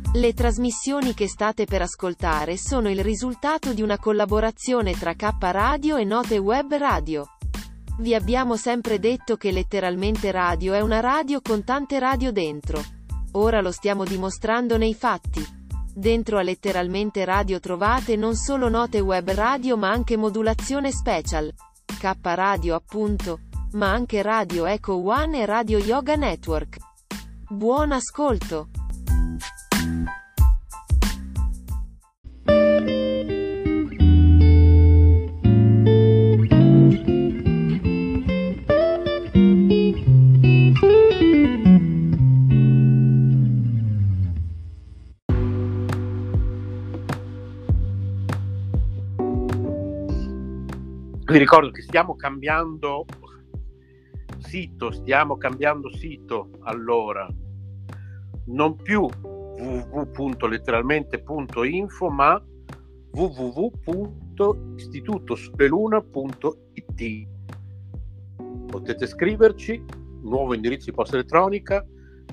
Le trasmissioni che state per ascoltare sono il risultato di una collaborazione tra K Radio e Note Web Radio. Vi abbiamo sempre detto che Letteralmente Radio è una radio con tante radio dentro. Ora lo stiamo dimostrando nei fatti. Dentro a Letteralmente Radio trovate non solo Note Web Radio ma anche Modulazione Special, K Radio appunto, ma anche Radio Echo One e Radio Yoga Network. Buon ascolto! Vi ricordo che stiamo cambiando sito, allora, non più www.letteralmente.info ma www.istitutosoleluna.it. Potete scriverci, nuovo indirizzo di posta elettronica,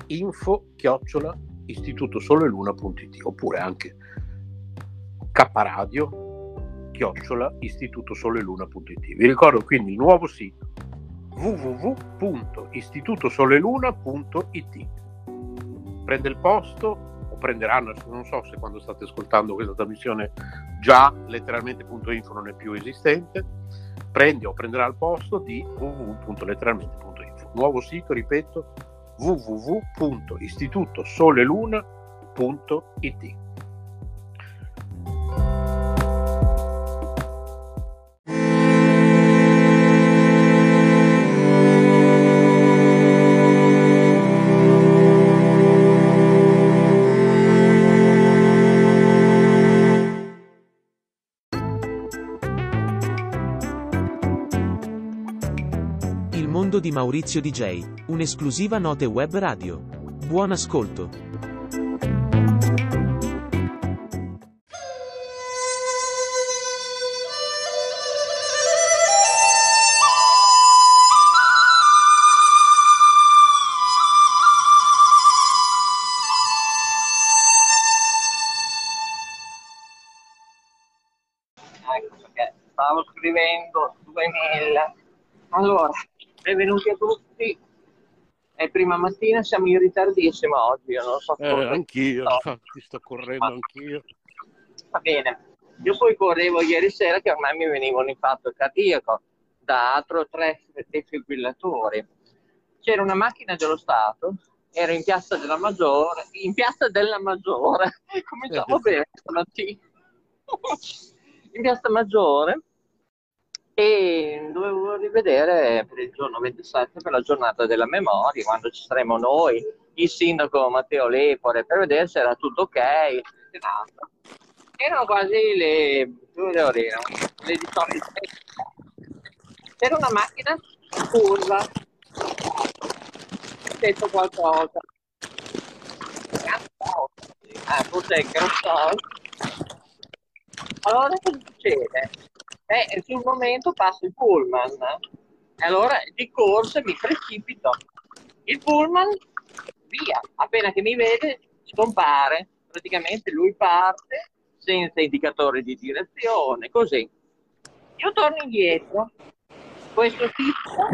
info@istitutosoleluna.it, oppure anche kradio @istitutosoleluna.it. Vi ricordo quindi il nuovo sito www.istitutosoleluna.it. Prende il posto, o prenderanno, non so se quando state ascoltando questa trasmissione già letteralmente.info non è più esistente, prenderà il posto di www.letteralmente.info. Nuovo sito, ripeto, www.istitutosoleluna.it. Di Maurizio DJ, un'esclusiva Note Web Radio. Buon ascolto. Ecco perché stavo scrivendo 2000. Allora, benvenuti a tutti. È prima mattina, siamo in ritardissimo oggi. Io non so anch'io, infatti sto correndo anch'io. Va bene. Io poi correvo ieri sera che ormai mi veniva un infarto cardiaco da altro 3 defibrillatori. C'era una macchina dello Stato, era in Piazza della Maggiore, cominciamo bene stamattina. In Piazza Maggiore, e dovevo rivedere per il giorno 27, per la giornata della memoria, quando ci saremo noi, il sindaco Matteo Lepore, per vedere se era tutto ok. Erano quasi le 18. C'era una macchina curva, ho detto qualcosa, forse è Grassol. Allora cosa succede? Sul momento passa il pullman, e allora di corsa mi precipito. Il pullman, via, appena che mi vede scompare, praticamente lui parte senza indicatore di direzione, così. Io torno indietro, questo tipo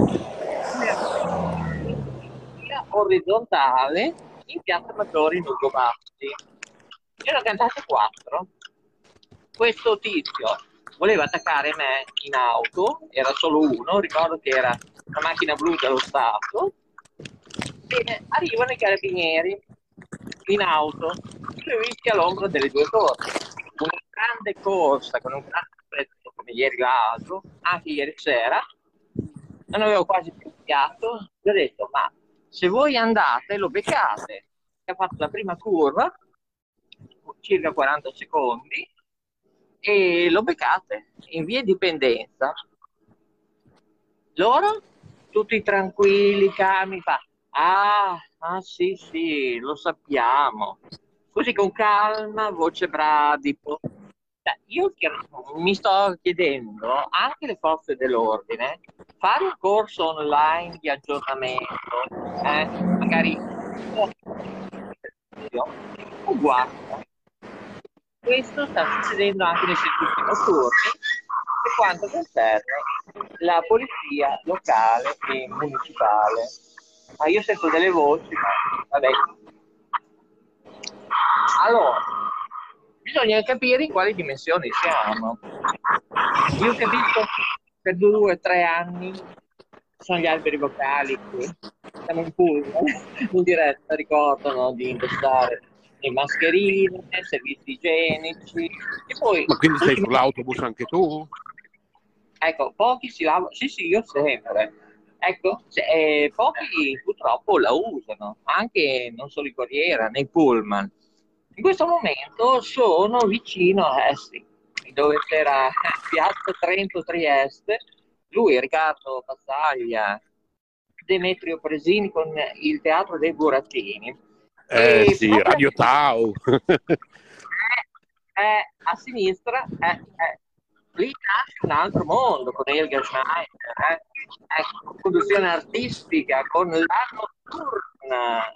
via orizzontale in Piazza Maggiore in Ugobasti. Ero cantate 4. Questo tizio voleva attaccare me in auto, era solo uno, ricordo che era una macchina blu dello Stato. Bene, arrivano i carabinieri in auto, io visti all'ombra delle 2 torri. Una grande corsa con un grande prezzo come ieri l'altro, anche ieri sera, non avevo quasi più fiato. Gli ho detto, ma se voi andate lo beccate. E ha fatto la prima curva, circa 40 secondi, e lo beccate in via Dipendenza. Loro tutti tranquilli, calmi, sì, lo sappiamo, così con calma, voce bradipo. Io mi sto chiedendo anche le forze dell'ordine fare un corso online di aggiornamento, magari guarda, questo sta succedendo anche nei servizi notturni per quanto concerne la polizia locale e municipale. Ma io sento delle voci, ma vabbè. Allora, bisogna capire in quali dimensioni siamo. Io capisco per 2 o 3 anni sono gli alberi vocali qui. Siamo in pullman, in diretta, ricordano di indossare le mascherine, servizi igienici e poi... Ma quindi sei sull'autobus anche tu? Ecco, pochi si lavano, sì, io sempre. Ecco, pochi purtroppo la usano, anche non solo in corriera, nei pullman. In questo momento sono vicino a Essi, dove c'era Piazza Trento Trieste, lui, Riccardo Bassaglia, Demetrio Presini con il Teatro dei Burattini. Sì, Radio Tau. A sinistra, lì nasce un altro mondo con Helga Schneider, conduzione artistica con la notturna,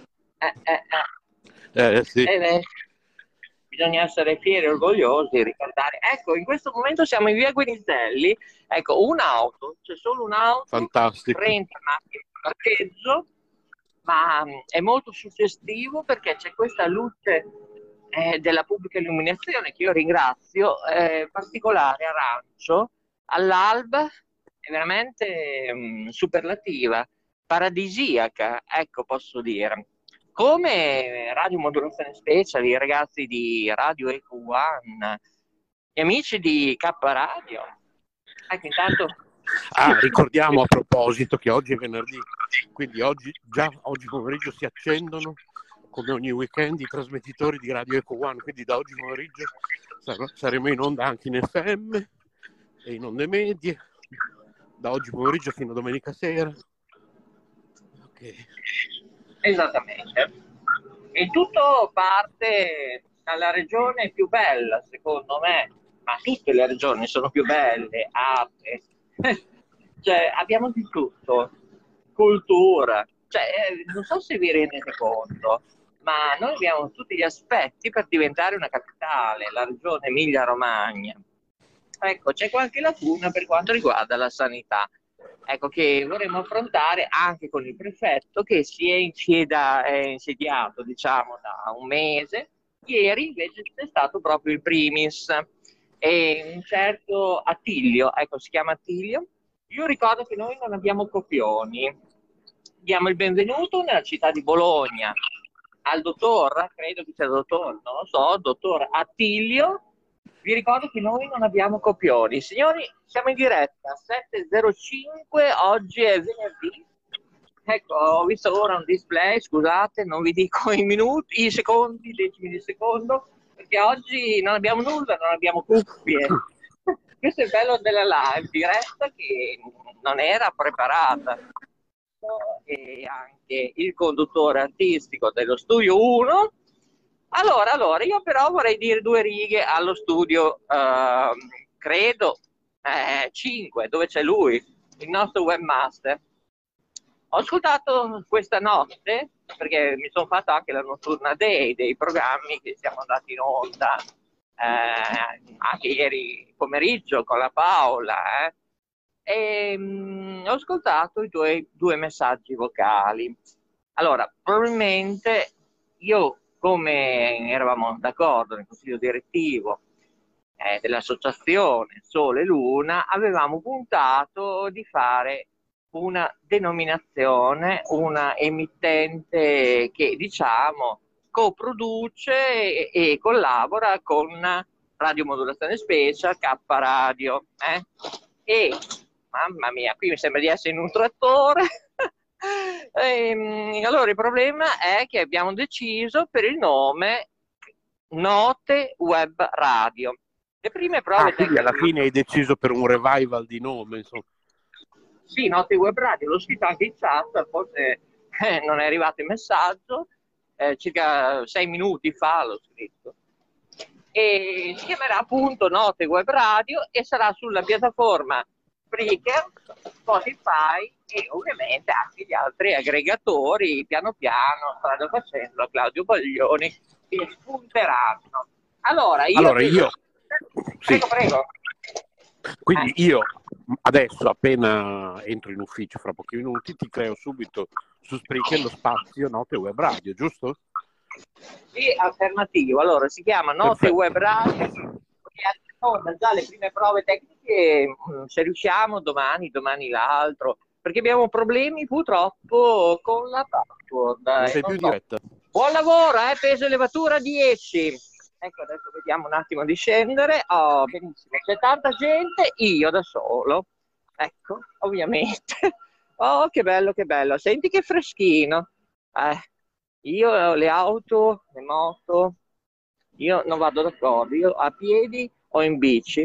Sì. Bisogna essere fieri e orgogliosi, ricordare. Ecco, in questo momento siamo in via Guinizelli, ecco, un'auto, c'è solo un'auto, Fantastico. 30 macchine di parcheggio, ma è molto suggestivo perché c'è questa luce della pubblica illuminazione che io ringrazio, particolare arancio, all'alba, è veramente superlativa, paradisiaca, ecco, posso dire. Come Radio Modulazione Special, i ragazzi di Radio Eco One, gli amici di K Radio. Ecco, intanto... ricordiamo a proposito che oggi è venerdì, quindi oggi pomeriggio si accendono, come ogni weekend, i trasmettitori di Radio Eco One, quindi da oggi pomeriggio saremo in onda anche in FM e in onde medie, da oggi pomeriggio fino a domenica sera. Okay. Esattamente. E tutto parte dalla regione più bella, secondo me, ma tutte le regioni sono più belle, apre, cioè abbiamo di tutto, cultura, cioè non so se vi rendete conto, ma noi abbiamo tutti gli aspetti per diventare una capitale, la regione Emilia-Romagna. Ecco, c'è qualche lacuna per quanto riguarda la sanità. Ecco, che vorremmo affrontare anche con il prefetto che si è insediato, diciamo, da un mese. Ieri invece c'è stato proprio il primis, e un certo Attilio, ecco, si chiama Attilio. Io ricordo che noi non abbiamo copioni. Diamo il benvenuto nella città di Bologna al dottor, credo che sia dottor, non lo so, dottor Attilio. Vi ricordo che noi non abbiamo copioni. Signori, siamo in diretta, 7:05, oggi è venerdì. Ecco, ho visto ora un display, scusate, non vi dico i minuti, i secondi, i decimi di secondo, perché oggi non abbiamo nulla, non abbiamo cuffie. Questo è il bello della live diretta che non era preparata. E anche il conduttore artistico dello Studio 1. Allora, io però vorrei dire 2 righe allo studio, credo 5, dove c'è lui, il nostro webmaster. Ho ascoltato questa notte, perché mi sono fatto anche la notturna day dei programmi che siamo andati in onda, anche ieri pomeriggio con la Paola, e ho ascoltato i tuoi 2 messaggi vocali. Allora, probabilmente io, come eravamo d'accordo nel consiglio direttivo dell'associazione Sole e Luna, avevamo puntato di fare una denominazione, una emittente che, diciamo, coproduce e collabora con Radio Modulazione Special, K Radio. E, mamma mia, qui mi sembra di essere in un trattore. Allora il problema è che abbiamo deciso per il nome Note Web Radio. Le prime prove quindi alla fine hai deciso per un revival di nome, insomma. Sì, Note Web Radio, l'ho scritto anche in chat, forse non è arrivato il messaggio, circa 6 minuti fa l'ho scritto. E si chiamerà appunto Note Web Radio e sarà sulla piattaforma Spreaker, Spotify e ovviamente anche gli altri aggregatori, piano piano, strada facendo, Claudio Baglioni ti spunteranno. Allora, Allora io, sì, prego. quindi io adesso appena entro in ufficio fra pochi minuti ti creo subito su Spreaker lo spazio Note Web Radio, giusto? Sì, alternativo. Allora, si chiama Note Perfetto. Web Radio. Sono già le prime prove tecniche, se riusciamo domani l'altro, perché abbiamo problemi purtroppo con la password. Non sei più in diretta. Buon lavoro, peso e levatura 10. Ecco, adesso vediamo un attimo di scendere. Oh, benissimo, c'è tanta gente, io da solo. Ecco, ovviamente. Oh, che bello, che bello. Senti che freschino. Io le auto, le moto, io non vado d'accordo, io a piedi o in bici.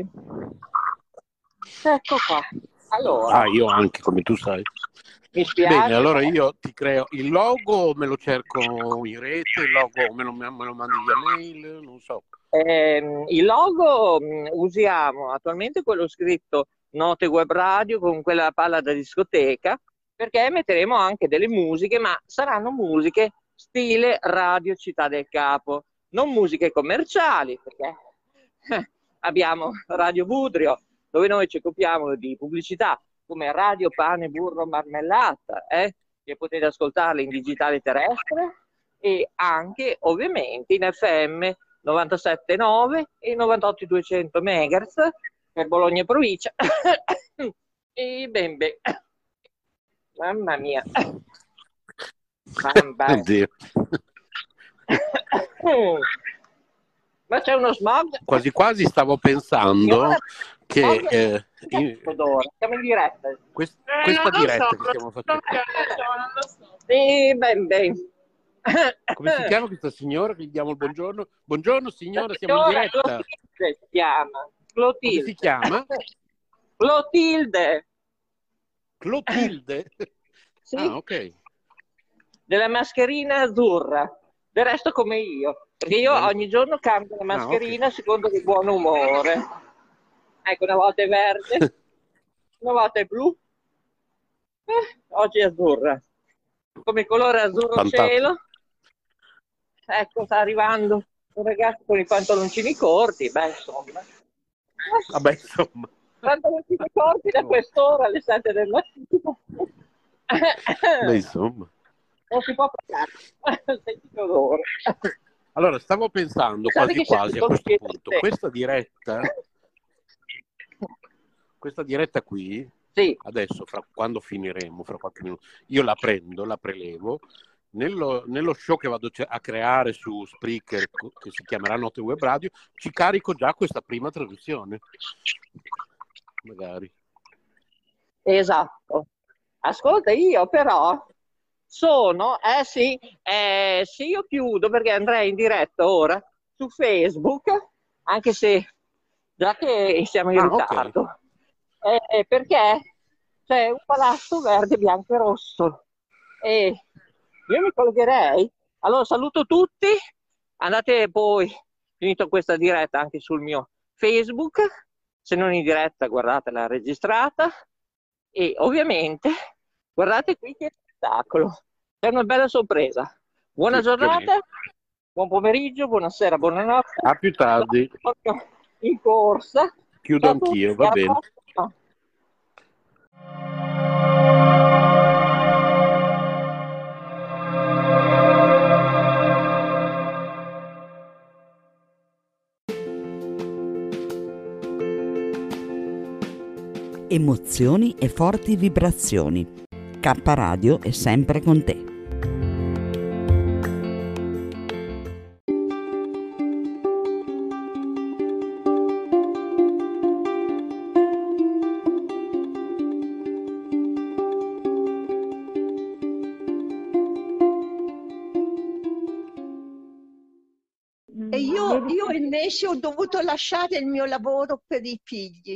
Ecco qua. Allora. Io anche, come tu sai. Mi spiace. Bene, allora io ti creo il logo, me lo cerco in rete, il logo me lo mandi via mail, non so. Il logo usiamo attualmente quello scritto Note Web Radio con quella palla da discoteca, perché metteremo anche delle musiche, ma saranno musiche stile Radio Città del Capo, non musiche commerciali, perché abbiamo Radio Budrio, dove noi ci occupiamo di pubblicità, come Radio Pane, Burro, Marmellata, che potete ascoltarle in digitale terrestre e anche ovviamente in FM 97,9 e 98,200 MHz per Bologna e provincia. E beh, mamma mia. Oddio. Ma c'è uno smog? Quasi quasi stavo pensando che siamo in diretta. Questa diretta che stiamo facendo. Sì, ben. Come si chiama questa signora che gli diamo il buongiorno? Buongiorno signora, siamo in diretta. Clotilde si chiama. Clotilde. Come si chiama? Clotilde. Clotilde? Sì. Ok. Della mascherina azzurra. Del resto come io. Perché io ogni giorno cambio la mascherina secondo il buon umore. Ecco, una volta è verde, una volta è blu, oggi è azzurra. Come colore azzurro Fantastico. cielo. Ecco, sta arrivando un ragazzo con i pantaloncini corti, insomma. Vabbè, insomma. Pantaloncini corti da quest'ora alle 7 del mattino. Beh, insomma. Non si può parlare. Senti che odore. Allora, stavo pensando quasi quasi a questo punto. Questa diretta qui, sì. Adesso, quando finiremo, fra qualche minuto, io la prendo, la prelevo, nello show che vado a creare su Spreaker, che si chiamerà Note Web Radio, ci carico già questa prima traduzione. Magari. Esatto. Ascolta, io però sono, sì, io chiudo perché andrei in diretta ora su Facebook, anche se già che siamo in ritardo, perché c'è un palazzo verde, bianco e rosso e io mi collegherei. Allora saluto tutti, andate poi, finito questa diretta, anche sul mio Facebook, se non in diretta guardatela registrata e ovviamente guardate qui che spettacolo, è una bella sorpresa. Buona giornata, buon pomeriggio, buonasera, buonanotte. A più tardi. In corsa. Chiudo anch'io, va bene. Emozioni e forti vibrazioni. K Radio è sempre con te. E io invece ho dovuto lasciare il mio lavoro per i figli.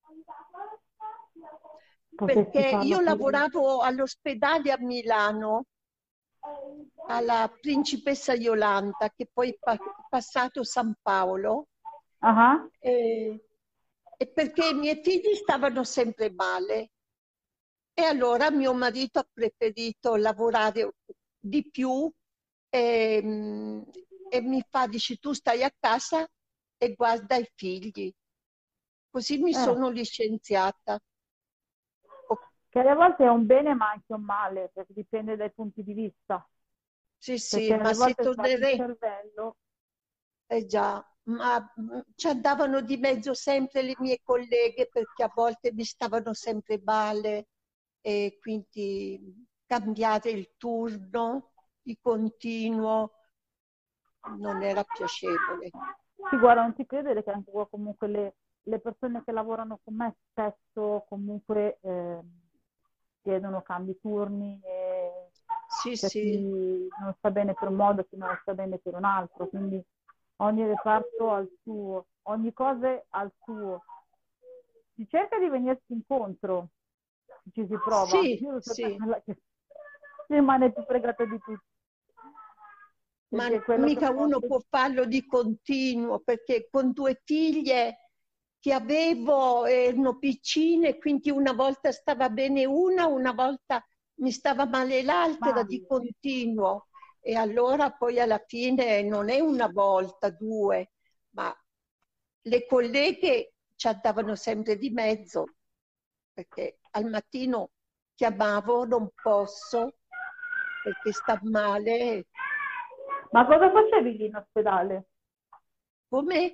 Perché io lavoravo all'ospedale a Milano, alla principessa Iolanda, che poi è passato San Paolo, e perché i miei figli stavano sempre male. E allora mio marito ha preferito lavorare di più e mi fa, dici, tu stai a casa e guarda i figli. Così mi sono licenziata. Che alle volte è un bene ma anche un male, perché dipende dai punti di vista. Sì, sì, Perché ma alle se volte sta il tornerei... cervello. Già, ma ci andavano di mezzo sempre le mie colleghe perché a volte mi stavano sempre male e quindi cambiare il turno di continuo non era piacevole. Sì, guarda, non ti credere che anche qua comunque le persone che lavorano con me spesso comunque chiedono cambi turni e Sì, c'è sì, chi non sta bene per un modo, chi non sta bene per un altro, quindi ogni reparto ha il suo, ogni cosa ha il suo. Si cerca di venirsi incontro, ci si prova. sì, Io sono sì. quella che rimane più fregata di tutti. Ma Perché quello che mica uno posso... può farlo di continuo, perché con 2 figlie che avevo erano piccine, quindi una volta stava bene una volta mi stava male l'altra di continuo. E allora poi alla fine non è una volta, 2, ma le colleghe ci andavano sempre di mezzo, perché al mattino chiamavo, non posso, perché sta male. Ma cosa facevi lì in ospedale? Come?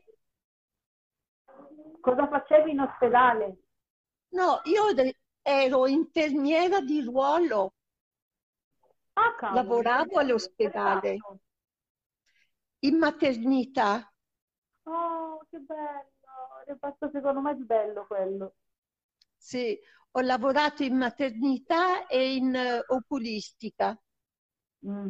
Cosa facevi in ospedale? No, io ero infermiera di ruolo, Ah, cavolo, lavoravo che all'ospedale, reparto? in maternità. Oh, che bello! Reparto secondo me è bello quello. Sì, ho lavorato in maternità e in oculistica. Mm.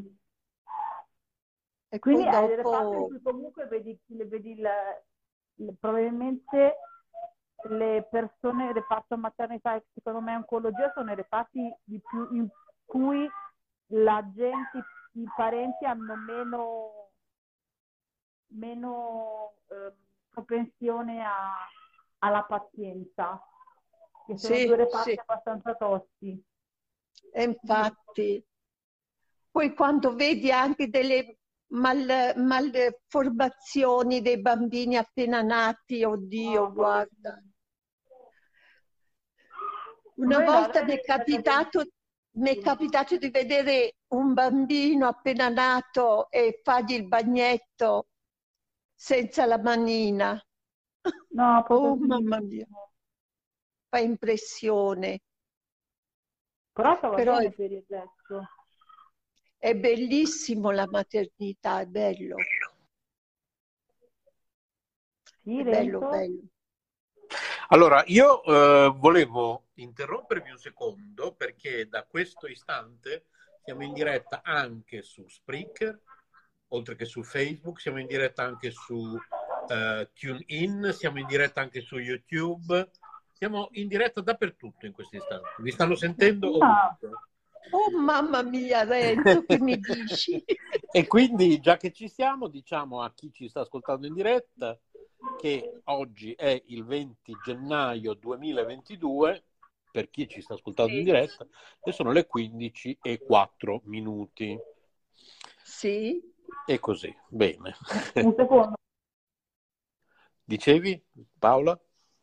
E Quindi poi hai delle parti in dopo, cui comunque vedi probabilmente le persone, il reparto maternità e secondo me oncologia sono i reparti di più in cui la gente, i parenti hanno meno propensione alla pazienza, che sono due sì, reparti sì, abbastanza tosti. e infatti. Poi quando vedi anche delle malformazioni dei bambini appena nati, oddio, Oh, guarda. Una noi da volta noi mi è capitato di vedere un bambino appena nato e fargli il bagnetto senza la manina. no, Oh, poverino. mamma mia, fa impressione. Però stava Però bene per il resto. è bellissimo la maternità, è bello, Sì, è bello, Renzo? bello. Allora, io volevo interrompervi un secondo perché da questo istante siamo in diretta anche su Spreaker, oltre che su Facebook, siamo in diretta anche su TuneIn, siamo in diretta anche su YouTube, siamo in diretta dappertutto in questo istante. Vi stanno sentendo ovunque. Oh mamma mia, Renzo, che mi dici? E quindi, già che ci siamo, diciamo a chi ci sta ascoltando in diretta che oggi è il 20 gennaio 2022, per chi ci sta ascoltando in diretta, e sono le 15:04. Sì. E così, bene. Un secondo. Dicevi, Paola?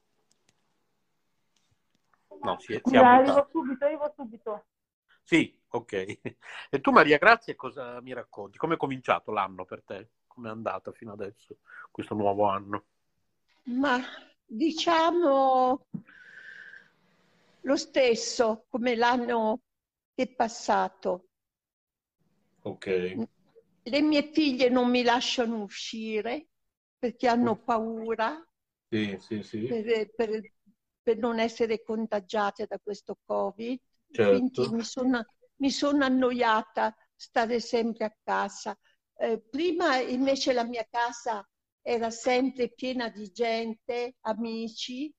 No, si è Arrivo buttato. subito. Sì, ok. E tu, Maria Grazia, cosa mi racconti? Come è cominciato l'anno per te? Come è andata fino adesso, questo nuovo anno? Ma diciamo lo stesso come l'anno che è passato. Ok. Le mie figlie non mi lasciano uscire perché hanno paura Sì. per non essere contagiate da questo Covid. Certo. Quindi mi sono annoiata stare sempre a casa. Prima invece la mia casa era sempre piena di gente, amici,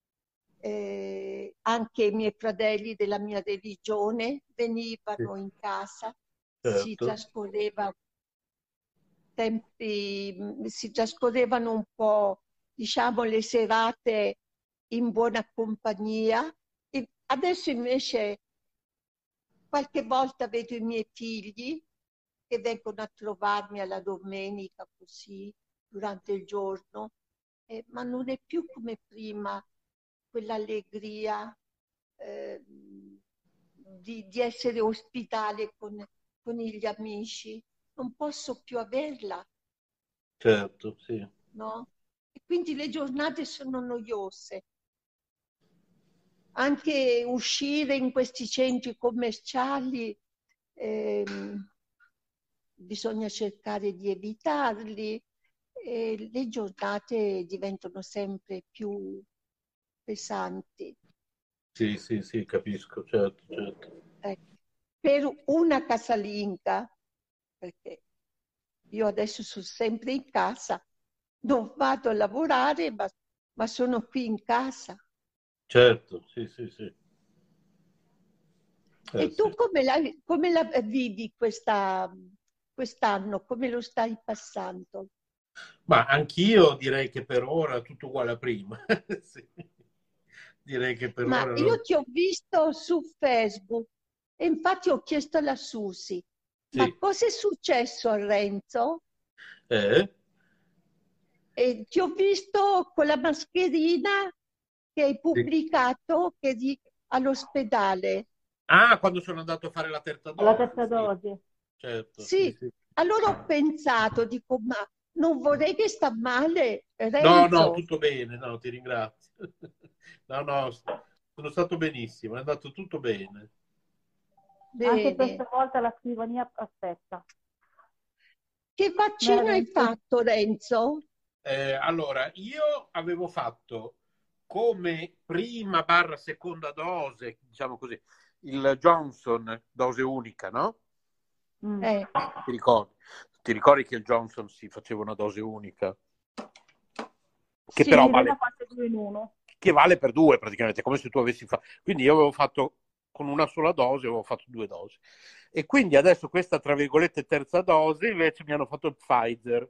anche i miei fratelli della mia religione venivano in casa, si Certo. si trascorrevano un po', diciamo, le serate in buona compagnia. E adesso invece qualche volta vedo i miei figli che vengono a trovarmi alla domenica così, durante il giorno, ma non è più come prima quell'allegria di essere ospitale con gli amici. Non posso più averla. Certo, sì. No? E quindi le giornate sono noiose. Anche uscire in questi centri commerciali bisogna cercare di evitarli e le giornate diventano sempre più pesanti. Sì, sì, sì, capisco, certo, certo. Ecco. Per una casalinga, perché io adesso sono sempre in casa, non vado a lavorare, ma sono qui in casa. Certo, sì, sì, sì. E tu Sì. come la vivi quest'anno? Come lo stai passando? Ma anch'io direi che per ora tutto uguale a prima. Sì. Direi che per Ma ora io ti ho visto su Facebook e infatti ho chiesto alla Susi, sì. ma cosa è successo a Renzo? E ti ho visto con la mascherina che hai pubblicato all'ospedale. Ah, quando sono andato a fare la terza dose. La terza dose. Sì. Certo. Sì. Sì, sì. Allora ho pensato, dico, ma non vorrei che sta male No, Renzo. no, tutto bene, no, ti ringrazio. No, no, sono stato benissimo, è andato tutto bene. Bene. Anche questa volta la scrivania aspetta. Che vaccino hai fatto, Renzo? Allora, io avevo fatto come prima / seconda dose, diciamo così, il Johnson, dose unica, no? Ti ricordi? Ti ricordi che il Johnson si faceva una dose unica? Che sì, però vale, due in uno. che vale per due praticamente, come se tu avessi fatto. Quindi io avevo fatto con una sola dose, avevo fatto 2 dosi. E quindi adesso questa, tra virgolette, terza dose, invece mi hanno fatto il Pfizer.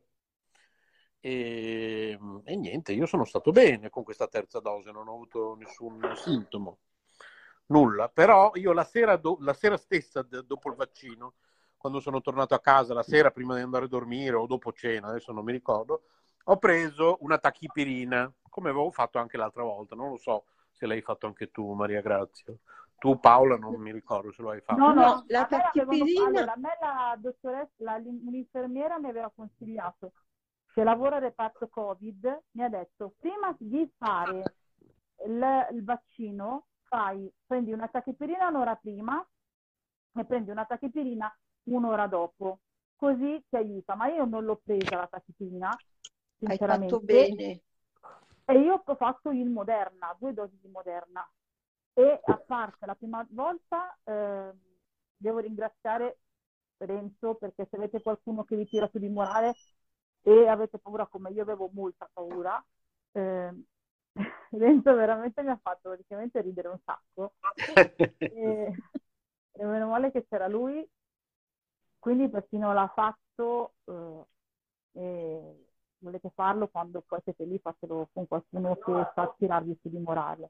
E niente, io sono stato bene con questa terza dose, non ho avuto nessun sintomo, nulla. Però io la sera stessa, dopo il vaccino, quando sono tornato a casa, la sera prima di andare a dormire o dopo cena, adesso non mi ricordo, ho preso una tachipirina, come avevo fatto anche l'altra volta. Non lo so se l'hai fatto anche tu, Maria Grazia. Tu, Paola, non mi ricordo se lo hai fatto. No, la tachipirina... Allora, a me la dottoressa, un'infermiera mi aveva consigliato, che lavora al reparto Covid, mi ha detto, prima di fare il vaccino, prendi una tachipirina un'ora prima e prendi una tachipirina un'ora dopo, così ti aiuta. Ma io non l'ho presa la tachipirina, sinceramente. Hai fatto bene. E io ho fatto il Moderna, 2 dosi di Moderna. E a parte la prima volta, devo ringraziare Renzo, perché se avete qualcuno che vi tira su di morale e avete paura come io avevo molta paura, Renzo veramente mi ha fatto praticamente ridere un sacco. E meno male che c'era lui, quindi persino l'ha fatto. E volete farlo, quando poi siete lì, fatelo con qualcuno che sa tirarvi su di morale.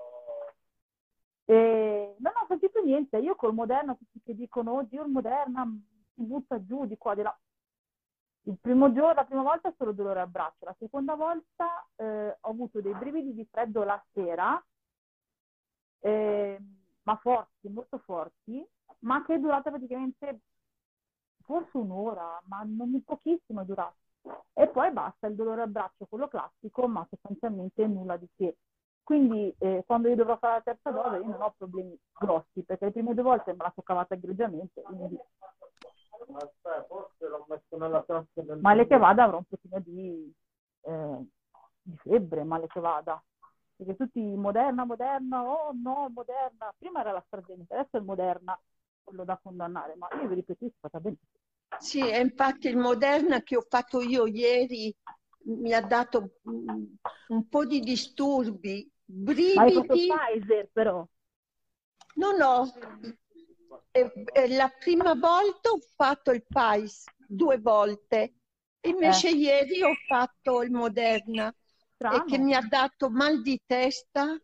E non ho sentito niente. Io col Moderna, tutti che dicono oddio il Moderna si butta giù di qua di là. La prima volta solo dolore al braccio, la seconda volta ho avuto dei brividi di freddo la sera, ma forti, molto forti, ma che è durata praticamente forse un'ora, ma non pochissimo è durato. E poi basta, il dolore al braccio, quello classico, ma sostanzialmente nulla di che. Quindi quando io dovrò fare la terza dose io non ho problemi grossi, perché le prime 2 volte me la sono cavata egregiamente, quindi... Forse l'ho messo nella tasca del... Male che vada avrò un pochino di febbre, male che vada. Perché tutti Moderna, oh no, Moderna. Prima era la AstraZeneca, adesso è il Moderna, quello da condannare. Ma io vi ripeto, è stata benissimo. Sì, e infatti il Moderna che ho fatto io ieri mi ha dato un po' di disturbi, brividi. Ma hai fatto Pfizer però? No. La prima volta ho fatto il Pfizer 2 volte, invece ieri ho fatto il Moderna, e che mi ha dato mal di testa.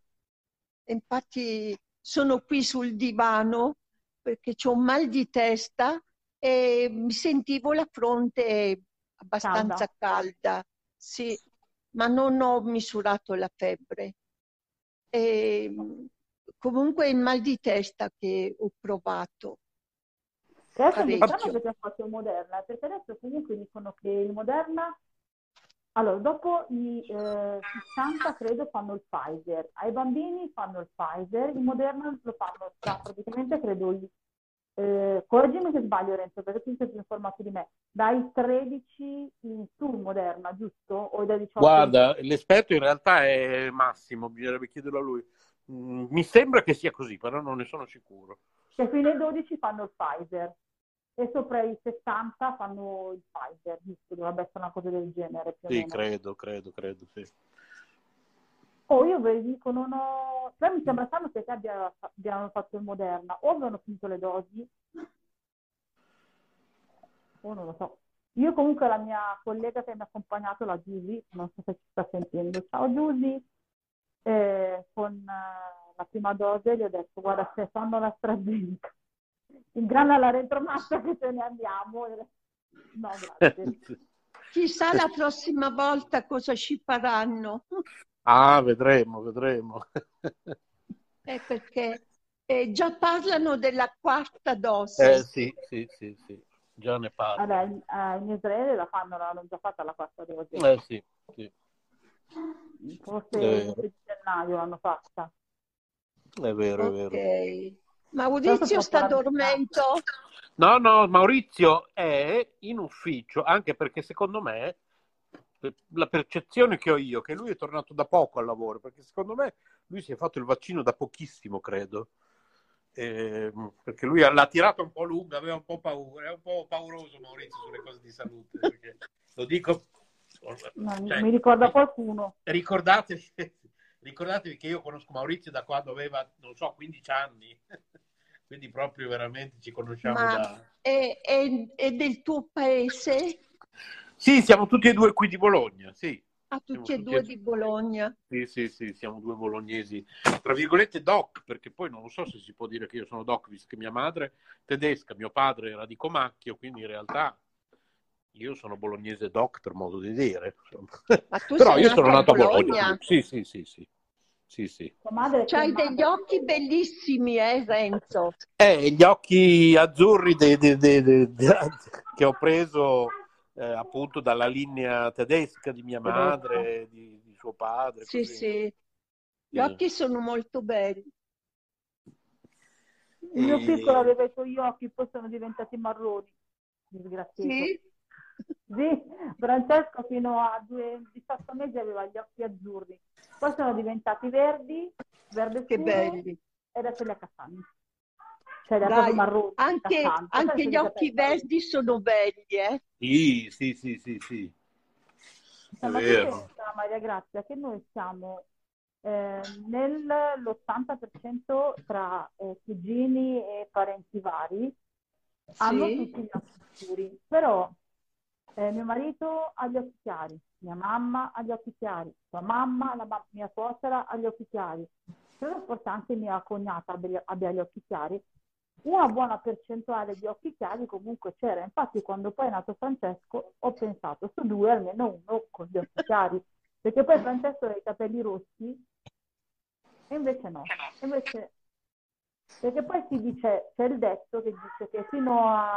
Infatti sono qui sul divano perché c'ho un mal di testa e mi sentivo la fronte abbastanza calda, sì, ma non ho misurato la febbre. E, comunque il mal di testa che ho provato. Adesso mi stanno che ti ha fatto il Moderna, perché adesso comunque dicono che il Moderna, allora dopo i 60 credo fanno il Pfizer, ai bambini fanno il Pfizer, il Moderna lo fanno praticamente credo correggimi se sbaglio Renzo, perché tu sei più informato di me, dai 13 in su Moderna, giusto? O dai 18? Guarda, l'esperto in realtà è Massimo, bisognerebbe chiederlo a lui. Mi sembra che sia così, però non ne sono sicuro. Che fino ai 12 fanno il Pfizer e sopra i 60 fanno il Pfizer, giusto? Dovrebbe essere una cosa del genere più o Sì, meno. credo, sì. Oh, io ve dico, non ho... Cioè, mi sembra strano che te abbiano fatto il Moderna, o avevano finito le dosi, o non lo so. Io comunque la mia collega che mi ha accompagnato, la Giusy, non so se ci sta sentendo, ciao Giusy, con la prima dose gli ho detto, guarda, se fanno l'AstraZeneca, in grana la retromassa che ce ne andiamo. No, grazie. Chissà la prossima volta cosa ci faranno. Ah, vedremo. Perché già parlano della quarta dose. Sì, già ne parlo. Allora, in Israele la fanno, l'hanno già fatta la quarta dose. Sì. Forse il gennaio l'hanno fatta. È vero, Ok. Maurizio sta dormendo? No, Maurizio è in ufficio, anche perché secondo me la percezione che ho io, che lui è tornato da poco al lavoro, perché secondo me lui si è fatto il vaccino da pochissimo, credo. Perché lui l'ha tirato un po' lunga, aveva un po' paura, è un po' pauroso Maurizio sulle cose di salute, perché lo dico... mi ricorda qualcuno. Ricordatevi che io conosco Maurizio da quando aveva, non so, 15 anni, quindi proprio veramente ci conosciamo da... È del tuo paese? Sì, siamo tutti e due qui di Bologna, sì. Tutti e due di Bologna? Sì, siamo due bolognesi, tra virgolette doc, perché poi non so se si può dire che io sono doc, visto che mia madre è tedesca, mio padre era di Comacchio, quindi in realtà io sono bolognese doc per modo di dire. Ma tu però sei io sono nato a Bologna? Sì. C'hai degli occhi bellissimi, Renzo? Gli occhi azzurri che ho preso appunto dalla linea tedesca di mia madre, di suo padre. Sì, così. sì. Gli occhi sono molto belli. Il mio piccolo aveva i suoi occhi, poi sono diventati marroni. Disgraziato. Sì, Francesco fino a 18 mesi aveva gli occhi azzurri, poi sono diventati verde che belli. e adesso li ha castani. Cioè li ha proprio marroni. Anche gli occhi verdi sono belli, Sì. È vero. Pensa, Maria Grazia, che noi siamo nell'80% tra cugini e parenti vari, hanno tutti gli occhi scuri, però mio marito ha gli occhi chiari, mia mamma ha gli occhi chiari, sua mamma, mia suocera ha gli occhi chiari, credo forse anche mia cognata abbia gli occhi chiari. Una buona percentuale di occhi chiari comunque c'era, infatti quando poi è nato Francesco ho pensato su due almeno uno con gli occhi chiari, perché poi Francesco aveva i capelli rossi e invece no, perché poi si dice, c'è il detto che dice che fino a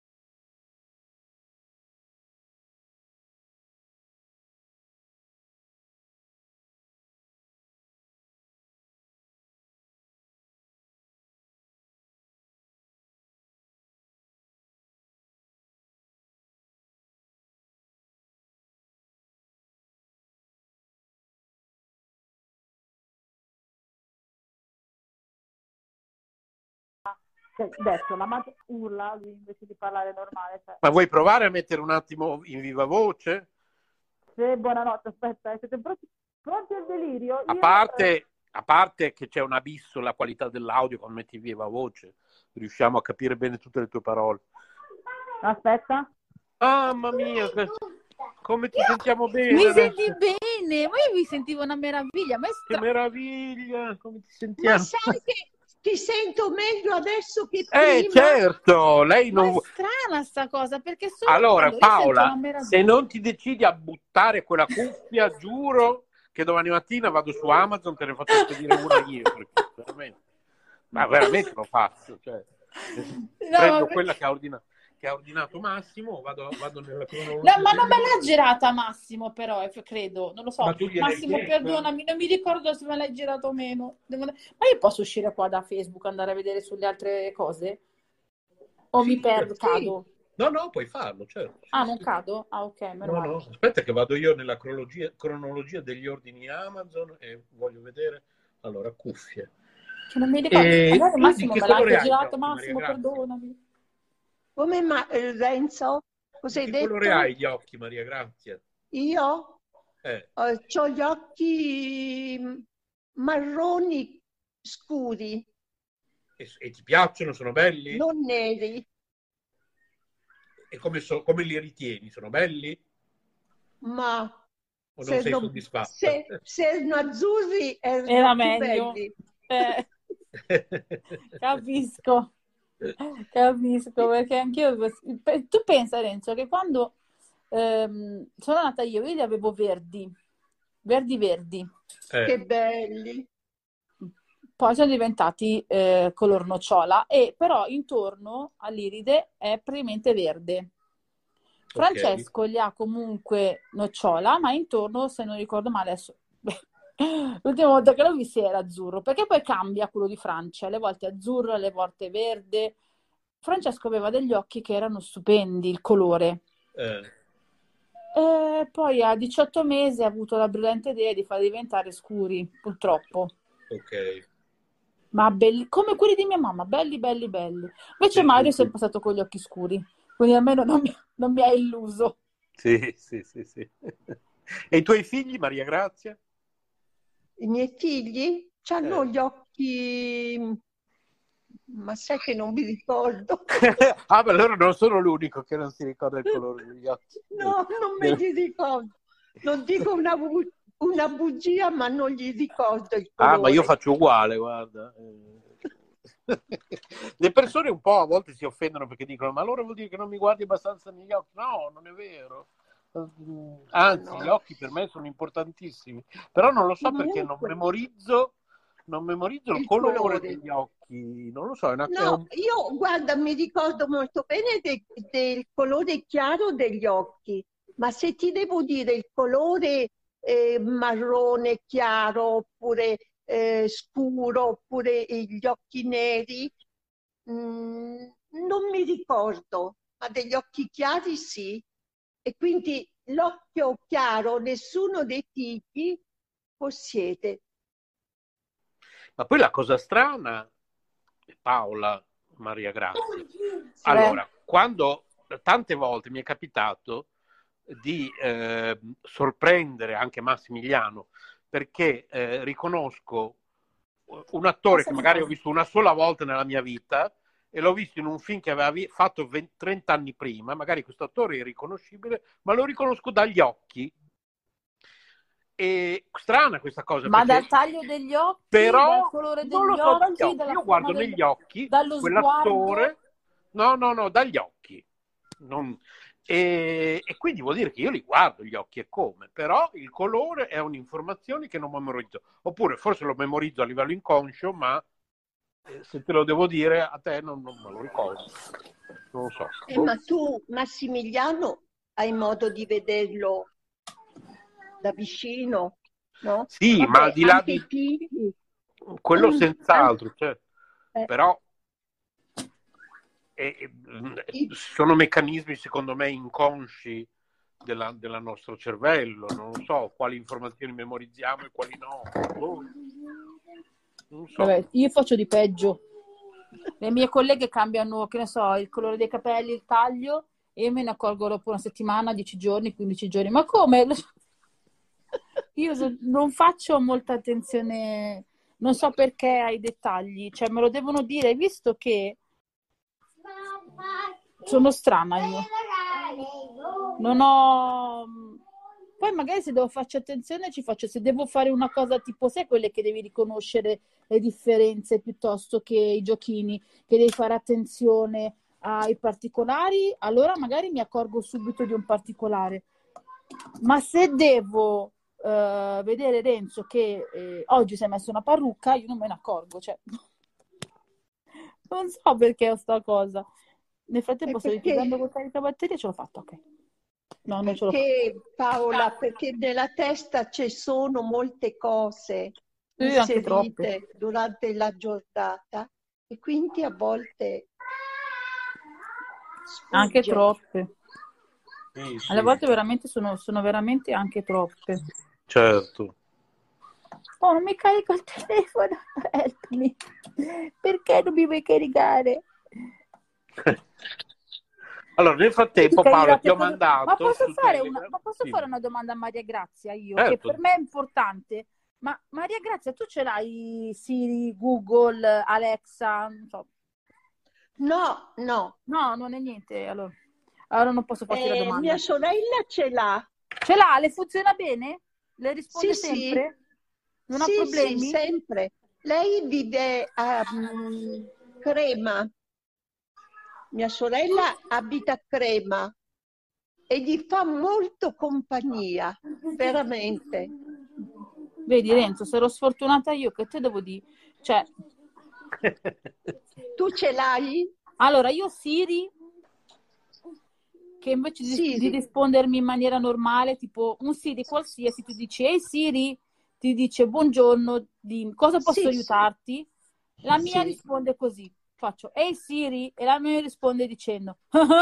adesso la madre urla invece di parlare normale. Cioè. Ma vuoi provare a mettere un attimo in viva voce? Sì, buonanotte, aspetta, siete pronti al delirio? A parte che c'è un abisso la qualità dell'audio quando metti in viva voce, riusciamo a capire bene tutte le tue parole. Aspetta. Mamma mia, come ti sentiamo bene? Mi senti bene? Ma io mi sentivo una meraviglia. Che meraviglia, come ti sentiamo? Ma sai che ti sento meglio adesso che prima. Certo, lei Ma non... è strana sta cosa, perché solo Allora, quando io sento Paola, una meraviglia. se non ti decidi a buttare quella cuffia, giuro che domani mattina vado su Amazon, te ne faccio spedire una io, perché veramente, ma veramente lo faccio, cioè, prendo quella che ha ordinato Massimo, vado nella cronologia. No, ma non me l'ha girata Massimo, però, credo, non lo so. Ma tu gliel'hai Massimo, chiesta? perdonami, non mi ricordo se me l'hai girato o meno. Ma io posso uscire qua da Facebook, andare a vedere sulle altre cose? O mi perdo, cado? No, puoi farlo, certo. Ah, non cado? Ah, ok, meno male. No, aspetta che vado io nella cronologia degli ordini Amazon e voglio vedere, allora, cuffie. Che non mi ricordo. Magari Massimo me l'ha anche girato, occhi, Massimo, perdonami. Come Renzo? Cosa hai detto? Che colore hai gli occhi, Maria Grazia? Io? Ho gli occhi marroni scuri. E ti piacciono? Sono belli? Non neri. E come li ritieni? Sono belli? Ma o non sei soddisfatta? Se erano azzurri era meglio. Belli. Capisco, perché anch'io... Tu pensa, Renzo, che quando sono nata io li avevo verdi. Che belli. Poi sono diventati color nocciola, e però intorno all'iride è praticamente verde. Francesco li ha comunque nocciola, ma intorno, se non ricordo male, adesso l'ultima volta che l'ho visto era azzurro, perché poi cambia quello di Francia, alle volte azzurro, alle volte verde. Francesco aveva degli occhi che erano stupendi, il colore. E poi a 18 mesi ha avuto la brillante idea di farli diventare scuri, purtroppo. Ok. Ma belli, come quelli di mia mamma, belli. Invece Mario è sempre stato con gli occhi scuri, quindi almeno non mi ha illuso. Sì. E i tuoi figli, Maria Grazia? I miei figli hanno gli occhi... Ma sai che non mi ricordo. Ma allora non sono l'unico che non si ricorda il colore degli occhi. No, non me li ricordo. Non dico una bugia, ma non gli ricordo il colore. Ma io faccio uguale, guarda. Le persone un po' a volte si offendono perché dicono: ma allora vuol dire che non mi guardi abbastanza negli occhi? No, non è vero. Anzi, gli occhi per me sono importantissimi, però non lo so perché non memorizzo il colore degli occhi, non lo so. Io guarda, mi ricordo molto bene del colore chiaro degli occhi, ma se ti devo dire il colore marrone chiaro oppure scuro oppure gli occhi neri, non mi ricordo, ma degli occhi chiari sì. E quindi l'occhio chiaro nessuno dei figli possiede. Ma poi la cosa strana, Paola, Maria Grazia, allora, quando tante volte mi è capitato di sorprendere anche Massimiliano, perché riconosco un attore che magari ho visto una sola volta nella mia vita e l'ho visto in un film che aveva fatto 30 anni prima, magari questo attore è irriconoscibile, ma lo riconosco dagli occhi. E strana questa cosa. Ma dal taglio degli occhi, però, dal colore degli occhi, io guardo negli occhi dallo quell'attore. No, dagli occhi. E quindi vuol dire che io li guardo gli occhi e come, però il colore è un'informazione che non memorizzo. Oppure forse lo memorizzo a livello inconscio, ma se te lo devo dire a te non me lo ricordo. Non lo so. Ma tu, Massimiliano, hai modo di vederlo da vicino, no? Sì, ma al di là di quello senz'altro, cioè, però sono meccanismi secondo me inconsci del nostro cervello, non so quali informazioni memorizziamo e quali no. Non so. Vabbè, io faccio di peggio. Le mie colleghe cambiano, che ne so, il colore dei capelli, il taglio, e io me ne accorgo dopo una settimana, 10 giorni, 15 giorni. Ma come? Io non faccio molta attenzione, non so perché ai dettagli, cioè me lo devono dire, visto che sono strana io. Non ho Poi magari se devo farci attenzione ci faccio, se devo fare una cosa tipo, sai quelle che devi riconoscere le differenze piuttosto che i giochini, che devi fare attenzione ai particolari, allora magari mi accorgo subito di un particolare. Ma se devo vedere Renzo che oggi si è messo una parrucca, io non me ne accorgo, cioè non so perché ho sta cosa. Nel frattempo sto richiedendo col caricabatterie e ce l'ho fatta, ok. No, non ce l'ho fatta. Paola, perché nella testa ci sono molte cose Anche troppe inserite durante la giornata e quindi a volte sfugge. Anche troppe. Sì. Alle volte veramente sono veramente anche troppe. Certo. Oh, non mi carico il telefono, help me. Perché non mi vuoi caricare? Allora, nel frattempo, Paola, ti ho mandato. Ma posso fare Sì. fare una domanda a Maria Grazia io? Certo. Che per me è importante. Ma Maria Grazia, tu ce l'hai Siri, Google, Alexa? Non so. No. No, non è niente. Allora non posso farti la domanda. Mia sorella ce l'ha. Ce l'ha? Le funziona bene? Le risponde Sì, sempre? Non ha sì, problemi? sì, sempre. Lei vive a Crema. Mia sorella abita a Crema e gli fa molto compagnia, veramente. Vedi Renzo, sarò sfortunata io, che te devo dire? Cioè, tu ce l'hai? allora io Siri, che invece di rispondermi in maniera normale, tipo un Siri qualsiasi, tu dici ehi Siri, ti dice buongiorno, cosa posso aiutarti? La mia risponde così, faccio ehi Siri e la mia risponde dicendo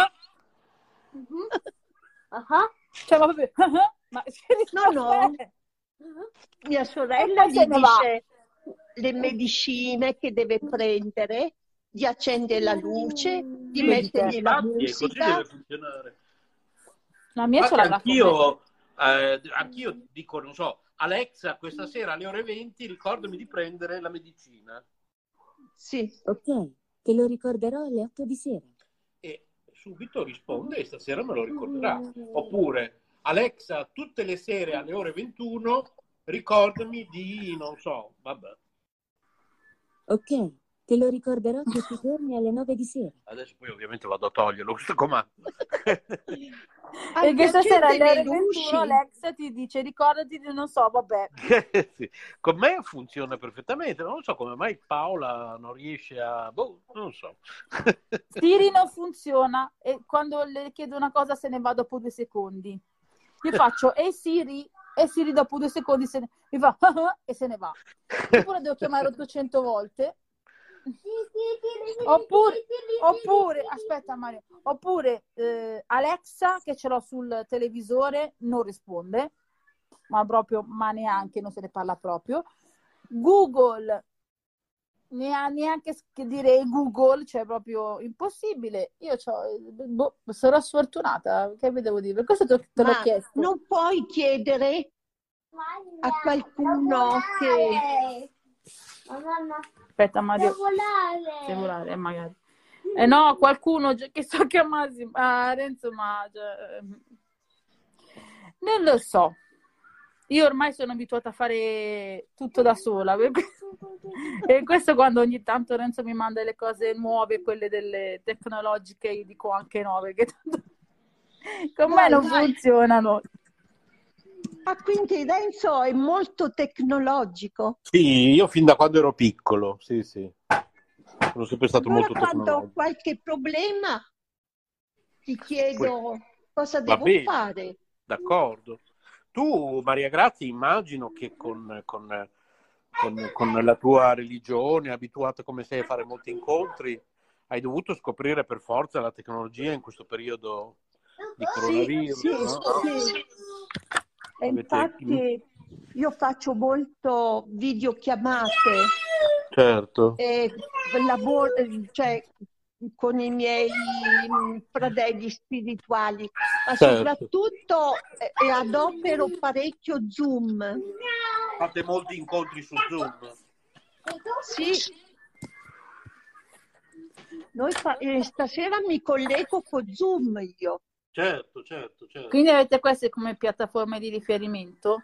cioè ma proprio ma no. Mia sorella gli dice le medicine che deve prendere, gli accende la luce, gli mettergli la musica. Così deve funzionare. La mia sorella anch'io dico, non so, Alexa, questa sera alle ore 20 ricordami di prendere la medicina. Sì. Ok, te lo ricorderò alle 8 di sera. E subito risponde e stasera me lo ricorderà. Oppure, Alexa, tutte le sere alle ore 21 ricordami di, non so, vabbè. Ok, te lo ricorderò tutti i giorni alle 9 di sera. Adesso poi ovviamente vado a toglierlo questo comando. Perché stasera alle ore 21 Alexa ti dice ricordati di non so, vabbè. Sì. Con me funziona perfettamente, non so come mai Paola non riesce a... non so. Siri non funziona e quando le chiedo una cosa se ne va dopo 2 secondi. Io faccio Siri e Siri dopo 2 secondi mi fa e se ne va. Oppure devo chiamare 800 volte. Oppure aspetta Mario, oppure Alexa che ce l'ho sul televisore non risponde, ma neanche, non se ne parla proprio. Google neanche che dire Google, cioè proprio impossibile. Io sarò sfortunata, che vi devo dire? Per questo te l'ho chiesto. Non puoi chiedere a qualcuno che... Aspetta Mario, volare magari. No, qualcuno che sto chiamando Renzo, ma non lo so. Io ormai sono abituata a fare tutto da sola. E questo quando ogni tanto Renzo mi manda le cose nuove, quelle delle tecnologiche, io dico anche no, perché tanto con me non funzionano. Quindi Renzo è molto tecnologico. Sì, io fin da quando ero piccolo, sì. Sono sempre stato molto tecnologico. Quando ho qualche problema ti chiedo cosa devo fare. D'accordo. Tu, Maria Grazia, immagino che con la tua religione, abituata come sei a fare molti incontri, hai dovuto scoprire per forza la tecnologia in questo periodo di coronavirus. Sì. E infatti io faccio molto videochiamate. Certo. E lavoro, cioè, con i miei fratelli spirituali, ma soprattutto adopero parecchio Zoom. Fate molti incontri su Zoom? Sì. Stasera mi collego con Zoom io. Certo. Quindi avete queste come piattaforme di riferimento?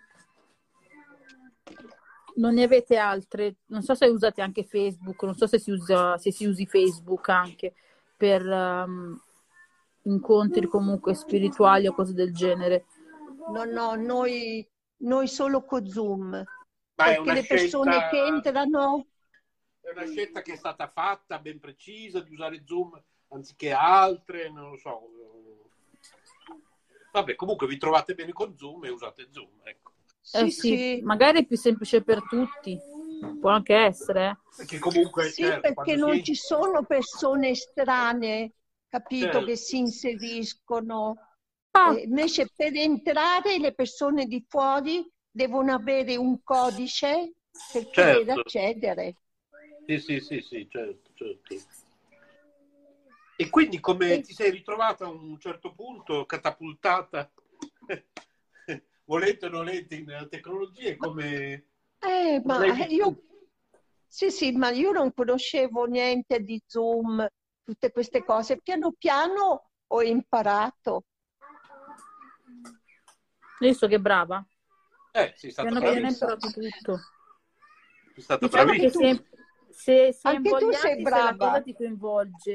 Non ne avete altre? Non so se usate anche Facebook, non so se si usi Facebook anche per incontri comunque spirituali o cose del genere. No, noi solo con Zoom. Ma perché le persone che entrano... È una scelta che è stata fatta ben precisa di usare Zoom anziché altre, non lo so. Vabbè, comunque vi trovate bene con Zoom e usate Zoom, ecco. Sì, magari è più semplice per tutti, può anche essere. Perché comunque, sì, perché non ci sono persone estranee, capito, che si inseriscono. Invece per entrare le persone di fuori devono avere un codice per poter accedere. Sì, certo. E quindi come ti sei ritrovata a un certo punto catapultata, volente o nolente, in tecnologie, come... ma io non conoscevo niente di Zoom, tutte queste cose. Piano piano ho imparato. Visto che brava. Sei stata bravissima. Tutto. Sei stata diciamo bravissima. Che se anche tu sei brava. La cosa ti coinvolge.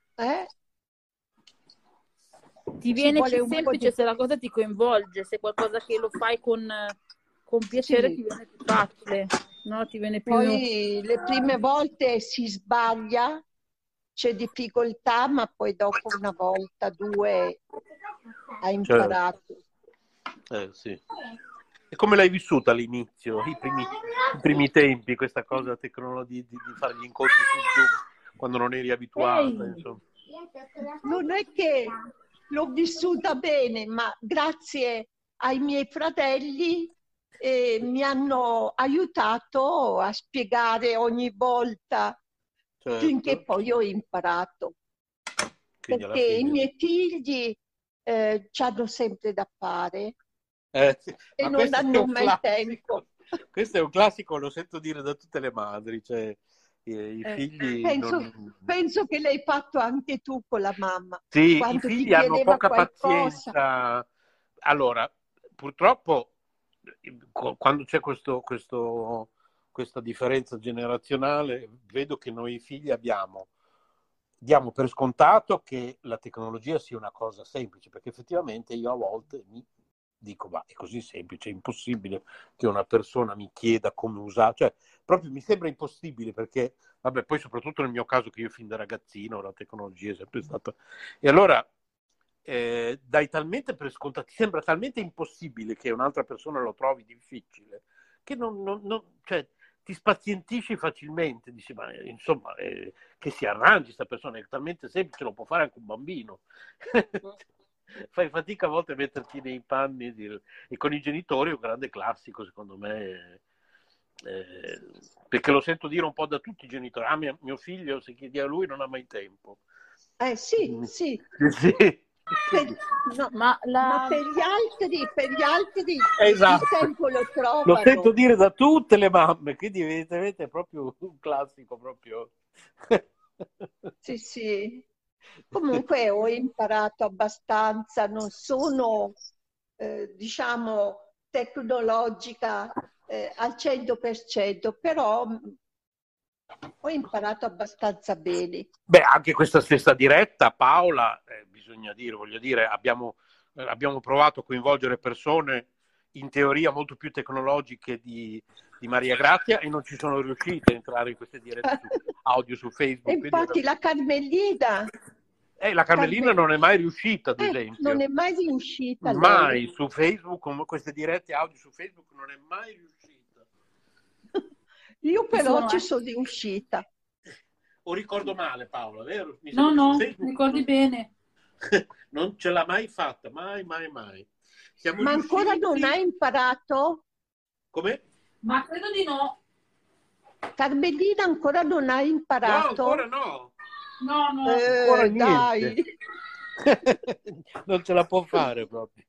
Ti Ci viene vuole più un po' semplice se la cosa ti coinvolge, se qualcosa che lo fai con piacere ti viene più facile, no? Ti viene più... Poi le prime volte si sbaglia, c'è difficoltà, ma poi dopo una volta, due, hai imparato. Sì. E come l'hai vissuta all'inizio, i primi tempi, questa cosa di fare gli incontri su Zoom, quando non eri abituata? Insomma. Non è che l'ho vissuta bene, ma grazie ai miei fratelli mi hanno aiutato a spiegare ogni volta, finché poi ho imparato. Quindi perché i miei figli c'hanno sempre da fare e non hanno mai tempo. Questo è un classico, lo sento dire da tutte le madri, cioè i figli... Penso che l'hai fatto anche tu con la mamma. Sì, quando i figli ti hanno poca qualcosa. pazienza. Allora, purtroppo, quando c'è questa differenza generazionale, vedo che noi figli diamo per scontato che la tecnologia sia una cosa semplice, perché effettivamente io a volte mi dico, ma è così semplice, è impossibile che una persona mi chieda come usare, cioè proprio mi sembra impossibile, perché vabbè, poi soprattutto nel mio caso che io fin da ragazzino la tecnologia è sempre stata, e allora dai talmente per scontato, ti sembra talmente impossibile che un'altra persona lo trovi difficile che cioè, ti spazientisci facilmente, dici, ma insomma che si arrangi questa persona, è talmente semplice, lo può fare anche un bambino. Fai fatica a volte a metterti nei panni e con i genitori è un grande classico secondo me, perché lo sento dire un po' da tutti i genitori, mio figlio se chiedi a lui non ha mai tempo. Sì. Ma per gli altri esatto. Il tempo lo trovano. Lo sento dire da tutte le mamme, quindi evidentemente è proprio un classico proprio. Sì. Comunque ho imparato abbastanza, non sono diciamo tecnologica al 100%, però ho imparato abbastanza bene. Beh, anche questa stessa diretta, Paola, bisogna dire, voglio dire, abbiamo provato a coinvolgere persone in teoria molto più tecnologiche di Maria Grazia e non ci sono riuscite a entrare in queste dirette audio su Facebook. Infatti la Carmelina... la Carmelina non è mai riuscita, ad esempio. Non è mai riuscita. Mai su Facebook, con queste dirette audio su Facebook non è mai riuscita. Io però ci sono riuscita. O ricordo male, Paola, vero? No, ricordi bene. Non ce l'ha mai fatta, mai. Siamo Ma riusciti... ancora non hai imparato? Come? Ma credo di no. Carmelina, ancora non hai imparato? No, ancora no. No. Ancora dai. Non ce la può fare proprio.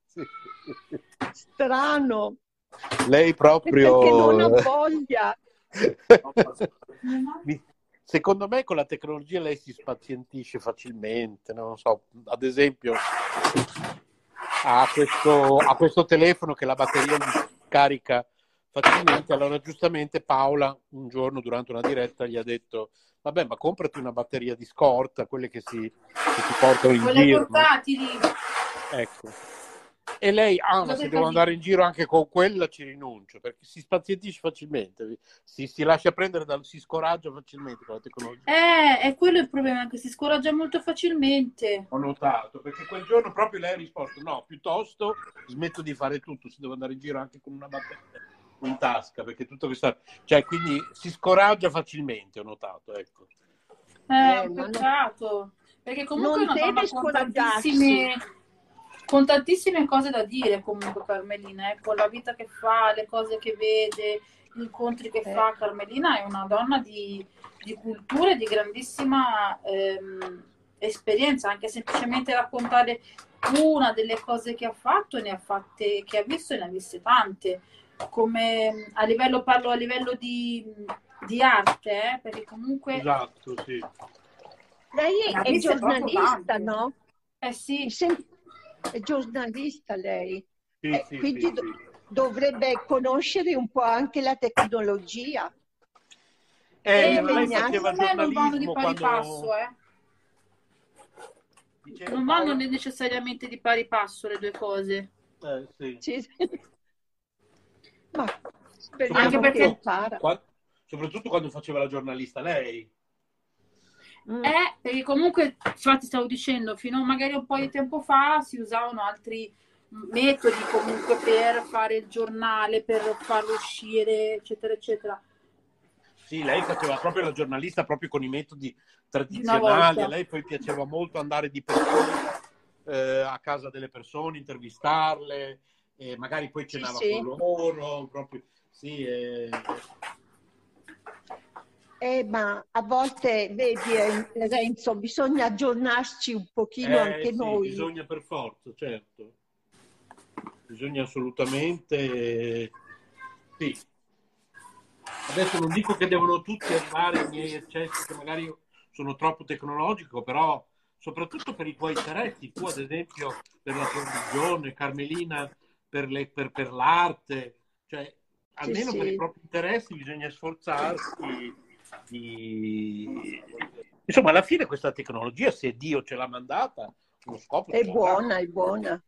Strano. Lei proprio... Perché non ha voglia. Secondo me con la tecnologia lei si spazientisce facilmente, non so, ad esempio ha questo telefono che la batteria gli carica facilmente, allora giustamente Paola un giorno durante una diretta gli ha detto: vabbè, ma comprati una batteria di scorta, quelle che si portano in quelle giro. portatili. Ecco. E lei, ma se devo andare in giro anche con quella ci rinuncio, perché si spazientisce facilmente, si lascia prendere, si scoraggia facilmente con la tecnologia. È quello il problema, che si scoraggia molto facilmente. Ho notato, perché quel giorno proprio lei ha risposto: no, piuttosto smetto di fare tutto, se devo andare in giro anche con una batteria in tasca, perché tutto questa... Cioè, quindi si scoraggia facilmente, ho notato, ecco. Un peccato, perché comunque non è una donna con tantissime cose da dire, comunque Carmelina, con la vita che fa, le cose che vede, gli incontri che fa. Carmelina è una donna di cultura e di grandissima esperienza, anche semplicemente raccontare una delle cose che ha fatto, ne ha fatte, che ha visto e ne ha viste tante, come parlo a livello di arte, perché comunque... Esatto, sì. Lei è giornalista, no? Sì. È giornalista lei. Sì, quindi sì. Dovrebbe conoscere un po' anche la tecnologia. Lei faceva non vanno di giornalismo pari passo, non vanno necessariamente di pari passo le due cose. Sì. Ma anche perché impara. Soprattutto quando faceva la giornalista lei. Perché comunque, infatti stavo dicendo, fino a magari un po' di tempo fa si usavano altri metodi comunque per fare il giornale, per farlo uscire, eccetera, eccetera. Sì, lei faceva proprio la giornalista proprio con i metodi tradizionali. A lei poi piaceva molto andare di persona a casa delle persone, intervistarle, e magari poi cenava con loro. Proprio, ma a volte, vedi, Renzo, bisogna aggiornarci un pochino anche noi. Bisogna per forza, certo. Bisogna assolutamente... Sì. Adesso non dico che devono tutti arrivare ai miei eccessi, che magari sono troppo tecnologico, però soprattutto per i tuoi interessi, tu ad esempio per la tua religione, Carmelina per l'arte, cioè almeno per i propri interessi bisogna sforzarsi di... Insomma, alla fine questa tecnologia, se Dio ce l'ha mandata, lo scopo è buona, è buona.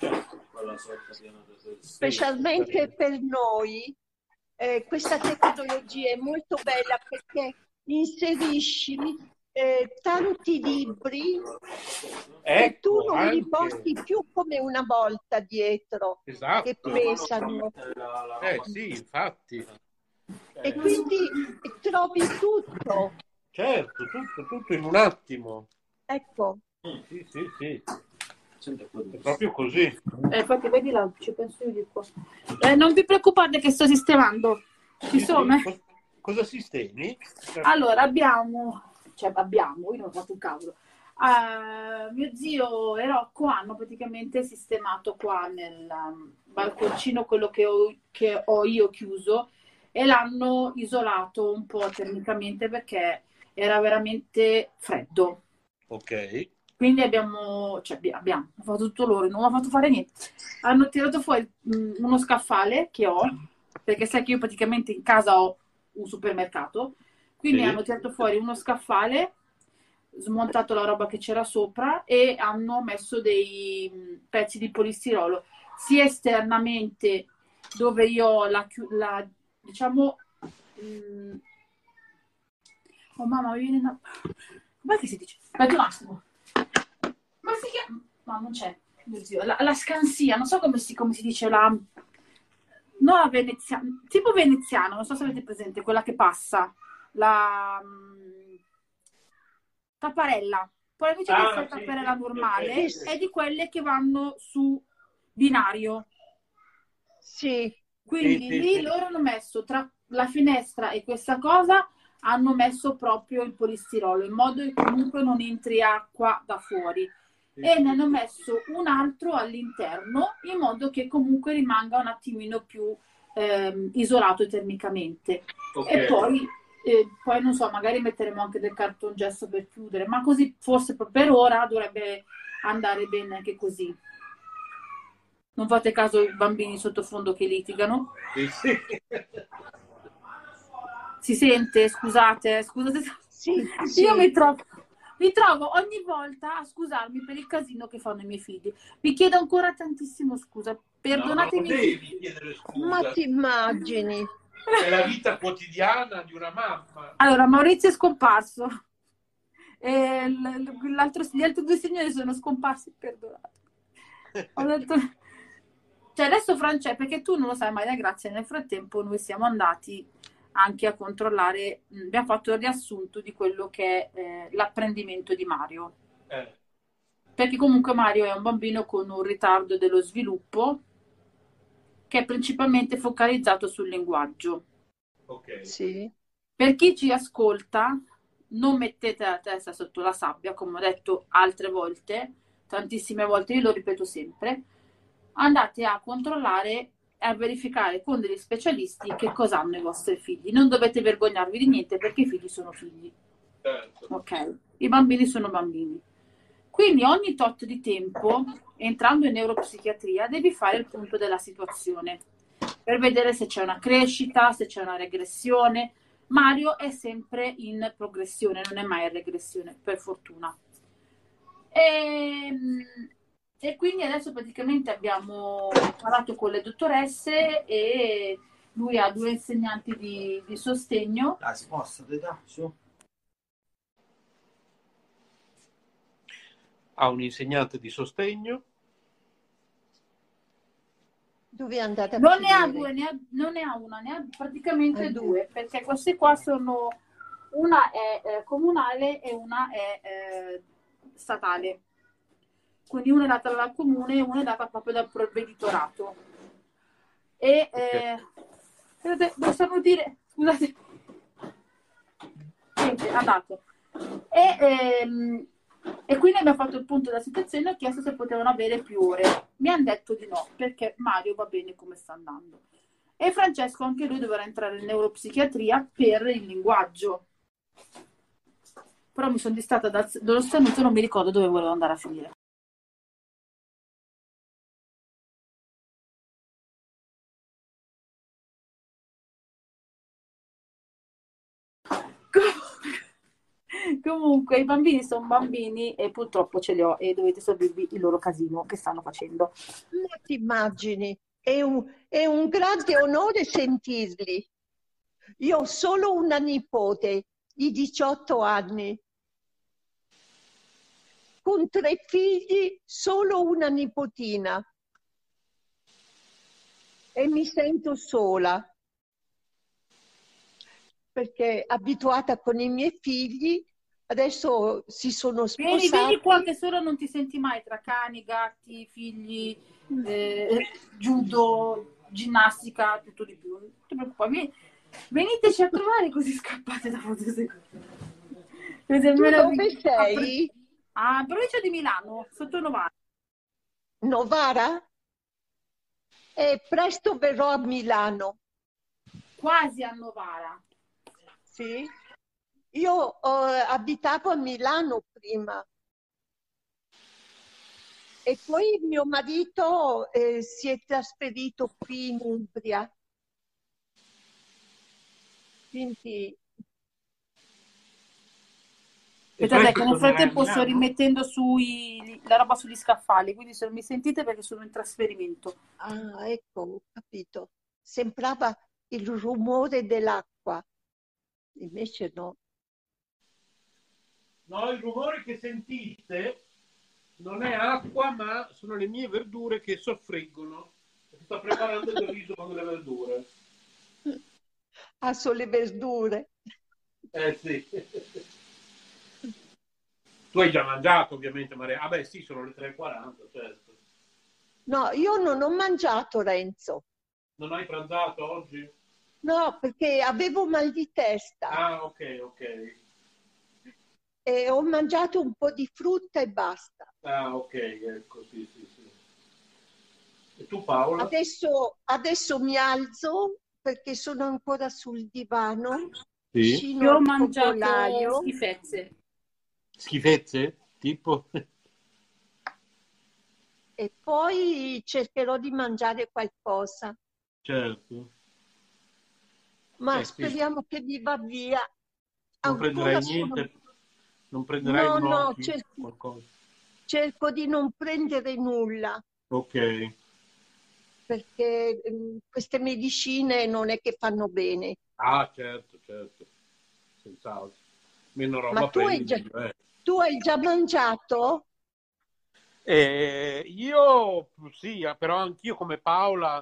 Specialmente per noi. Questa tecnologia è molto bella perché inserisci tanti libri che tu non li porti più come una volta dietro, che pesano. Sì, infatti. E quindi trovi tutto. Certo, tutto in un attimo. Ecco. Sì. È proprio così. Infatti vedi là, ci penso io di qua. Non vi preoccupate che sto sistemando. Ci sono. Cosa sistemi? Allora, io non ho fatto un cavolo. Mio zio e Rocco hanno praticamente sistemato qua nel balconcino quello che ho io chiuso, e l'hanno isolato un po' termicamente perché era veramente freddo. Ok. Quindi abbiamo fatto tutto loro, non ho fatto fare niente. Hanno tirato fuori uno scaffale che ho, perché sai che io praticamente in casa ho un supermercato, quindi hanno tirato fuori uno scaffale, smontato la roba che c'era sopra e hanno messo dei pezzi di polistirolo sia esternamente dove io ho diciamo oh mamma, mi viene com'è che si dice? Aspetta un attimo. Ma si chiama? No, non c'è. La scansia, non so come si dice no, la veneziana, tipo veneziano, non so se avete presente, quella che passa, la tapparella. Poi invece che fare tapparella normale, è di quelle che vanno su binario. Sì. Quindi lì loro hanno messo tra la finestra e questa cosa, hanno messo proprio il polistirolo, in modo che comunque non entri acqua da fuori. E ne hanno messo un altro all'interno in modo che comunque rimanga un attimino più isolato termicamente. E poi E poi non so, magari metteremo anche del cartongesso per chiudere, ma così forse per ora dovrebbe andare bene anche così. Non fate caso ai bambini sottofondo che litigano. Sì. Si sente? Scusate. Sì, Io mi trovo ogni volta a scusarmi per il casino che fanno i miei figli. Vi chiedo ancora tantissimo scusa. Perdonatemi. No, non devi chiedere scusa. Ma ti immagini? È la vita quotidiana di una mamma. Allora, Maurizio è scomparso. E gli altri due signori sono scomparsi, perdonate. Ho detto... Cioè adesso Francesco, perché tu non lo sai mai, Grazia, nel frattempo noi siamo andati anche a controllare, abbiamo fatto il riassunto di quello che è l'apprendimento di Mario. Perché comunque Mario è un bambino con un ritardo dello sviluppo che è principalmente focalizzato sul linguaggio. Ok. Sì. Per chi ci ascolta, non mettete la testa sotto la sabbia, come ho detto altre volte, tantissime volte, io lo ripeto sempre, andate a controllare e a verificare con degli specialisti che cosa hanno i vostri figli. Non dovete vergognarvi di niente perché i figli sono figli. Certo. Ok? I bambini sono bambini. Quindi ogni tot di tempo, entrando in neuropsichiatria, devi fare il punto della situazione per vedere se c'è una crescita, se c'è una regressione. Mario è sempre in progressione, non è mai in regressione, per fortuna. E quindi adesso praticamente abbiamo parlato con le dottoresse e lui ha 2 insegnanti di sostegno. Ha un insegnante di sostegno. Dove è andata a Non ne ha finire? 2, non ne ha una, ne ha praticamente 2, perché queste qua sono, una è comunale e una è statale. Quindi una è data dal comune e una è data proprio dal provveditorato. E possiamo dire, scusate, niente, ha dato. E quindi abbiamo fatto il punto della situazione e ho chiesto se potevano avere più ore. Mi hanno detto di no, perché Mario va bene come sta andando. E Francesco, anche lui dovrà entrare in neuropsichiatria per il linguaggio. Però mi sono distratta dallo stenuto e non mi ricordo dove volevo andare a finire. Comunque, i bambini sono bambini e purtroppo ce li ho e dovete sorbirvi il loro casino che stanno facendo. Ma ti immagini? È un grande onore sentirli. Io ho solo una nipote di 18 anni. Con 3 figli, solo una nipotina. E mi sento sola. Perché abituata con i miei figli, adesso si sono sposati. Vieni qua che solo non ti senti mai tra cani, gatti, figli, judo, ginnastica, tutto di più. Non ti preoccupare, veniteci a trovare così scappate da fotosecondo. Tu dove sei? A provincia di Milano, sotto Novara. Novara? E presto verrò a Milano. Quasi a Novara. Sì. Io abitavo a Milano prima e poi mio marito si è trasferito qui in Umbria. Quindi... Aspettate che nel frattempo sto rimettendo la roba sugli scaffali, quindi se non mi sentite perché sono in trasferimento. Ah, ecco, ho capito. Sembrava il rumore dell'acqua. Invece no. No, il rumore che sentite non è acqua, ma sono le mie verdure che soffriggono. Sto preparando il riso con le verdure. Ah, sono le verdure. Sì. Tu hai già mangiato, ovviamente, Maria. Ah beh, sì, sono le 3:40, certo. No, io non ho mangiato, Renzo. Non hai pranzato oggi? No, perché avevo mal di testa. Ah, ok. E ho mangiato un po' di frutta e basta. Ah, ok, ecco, sì. E tu, Paola? Adesso mi alzo perché sono ancora sul divano vicino Io ho al mangiato focolaio. schifezze. Schifezze? Tipo? E poi cercherò di mangiare qualcosa, Certo. ma Sì. speriamo che mi va via. Non Ancora prenderai niente? Non prenderai No, gnocchi? Qualcosa? cerco di non prendere nulla, Ok. perché queste medicine non è che fanno bene. Ah, certo, senz'altro. Meno Ma roba prendi, meglio è. tu hai già mangiato? Io sì, però anch'io come Paola,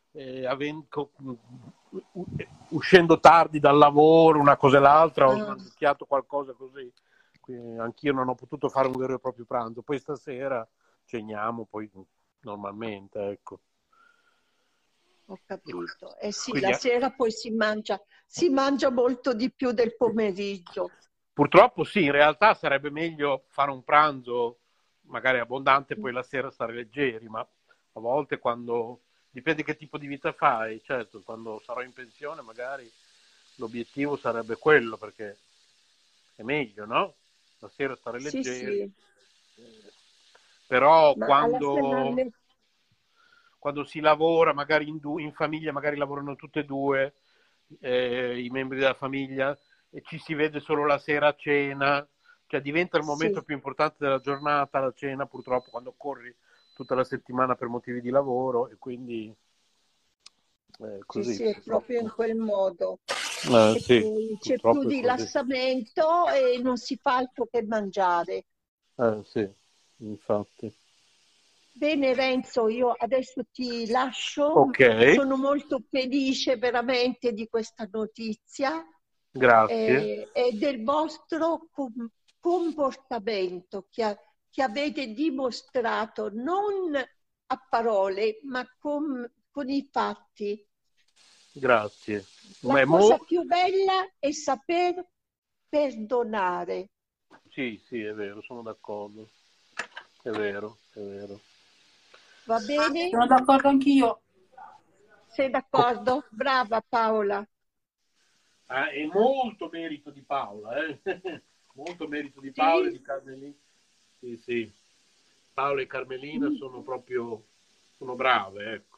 uscendo tardi dal lavoro, una cosa e l'altra, ho smangiucchiato qualcosa così. Quindi anch'io non ho potuto fare un vero e proprio pranzo. Poi stasera ceniamo, poi normalmente, ecco. Ho capito. Eh sì, Quindi, la sera poi si mangia molto di più del pomeriggio. purtroppo sì, in realtà sarebbe meglio fare un pranzo magari abbondante, poi la sera stare leggeri, ma a volte quando dipende che tipo di vita fai, certo, quando sarò in pensione magari l'obiettivo sarebbe quello, perché è meglio, no? La sera stare leggeri. Sì. Però Ma alla finale... quando si lavora, magari in famiglia, magari lavorano tutte e due i membri della famiglia, e ci si vede solo la sera a cena, cioè diventa il momento più importante della giornata, la cena, purtroppo, quando corri tutta la settimana per motivi di lavoro, e quindi così. Sì, è proprio in quel modo. Sì, Poi c'è più rilassamento e non si fa altro che mangiare. Sì, infatti. Bene Renzo, io adesso ti lascio. Ok. Sono molto felice veramente di questa notizia. Grazie. E del vostro comportamento che avete dimostrato non a parole, ma con i fatti. Grazie. La cosa più bella è saper perdonare. Sì, è vero, sono d'accordo. È vero. Va bene? Sono d'accordo anch'io. Sei d'accordo? Brava Paola. È molto merito di Paola, molto merito di Paola e di Carmelina. Sì. Paola e Carmelina sono brave, ecco.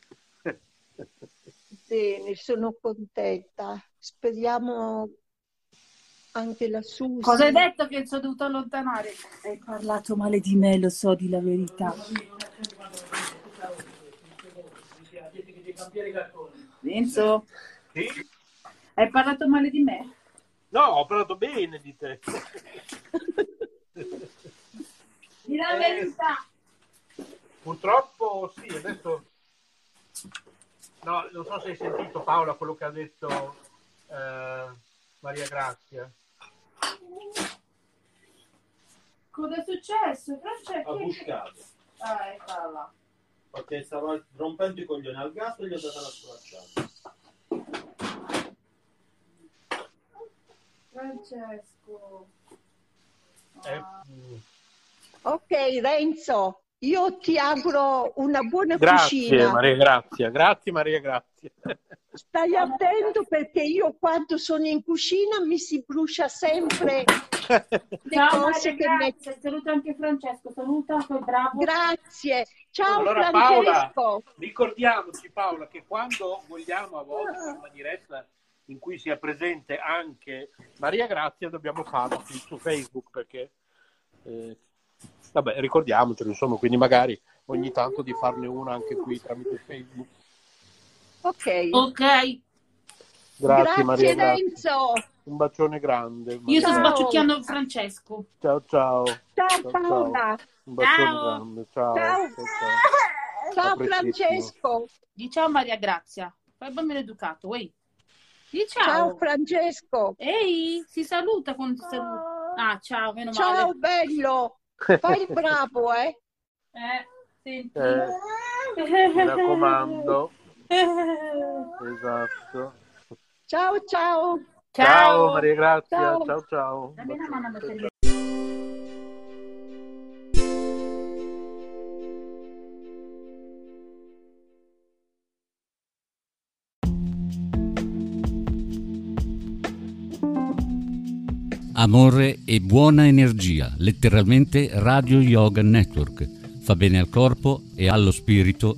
Bene, sono contenta. Speriamo anche la Susi. Cosa hai detto che sono dovuto allontanare? Hai parlato male di me, lo so, di la verità. Renzo? Sì? Hai parlato male di me? No, ho parlato bene di te. Di la verità. Purtroppo sì, adesso... No, non so se hai sentito Paola quello che ha detto Maria Grazia. Cosa è successo? Francesco? Ha buscato. Eccola là. Perché stava rompendo i coglioni al gatto e gli ho dato la sculacciata. Francesco. Ok, Renzo, io ti auguro una buona Grazie, cucina. Grazie Maria Grazia. Stai attento perché io quando sono in cucina mi si brucia sempre le cose che metto. Saluta anche Francesco, saluta, sei bravo. Grazie. Ciao allora, Francesco. Paola, ricordiamoci Paola che quando vogliamo a volte fare una diretta in cui sia presente anche Maria Grazia dobbiamo farlo su Facebook, perché vabbè, ricordiamocelo, insomma, quindi magari ogni tanto di farne una anche qui tramite Facebook. Ok. Grazie Maria Renzo. Un bacione grande. Io sto sbaciucchiando Francesco. Ciao. Ciao Paola. Un bacione grande. Ciao Francesco. Di ciao Maria Grazia. Fai bambino educato, uè. Di ciao. Ciao Francesco. Ehi, si saluta quando si saluta. Ah, ciao, meno male. Ciao bello. Fai il bravo, Senti. Mi raccomando. Esatto. Ciao. Ciao Maria Grazia. Ciao. Dammi una mano a mettere. amore e buona energia, letteralmente Radio Yoga Network. Fa bene al corpo e allo spirito.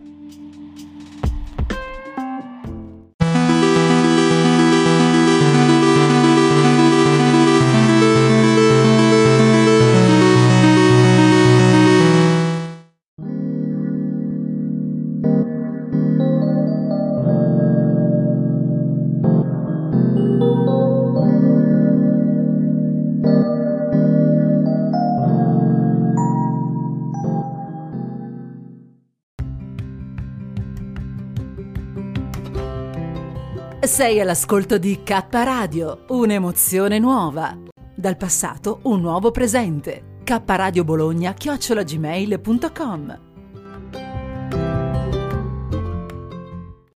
Sei all'ascolto di K Radio, un'emozione nuova. Dal passato un nuovo presente. kradiobologna@gmail.com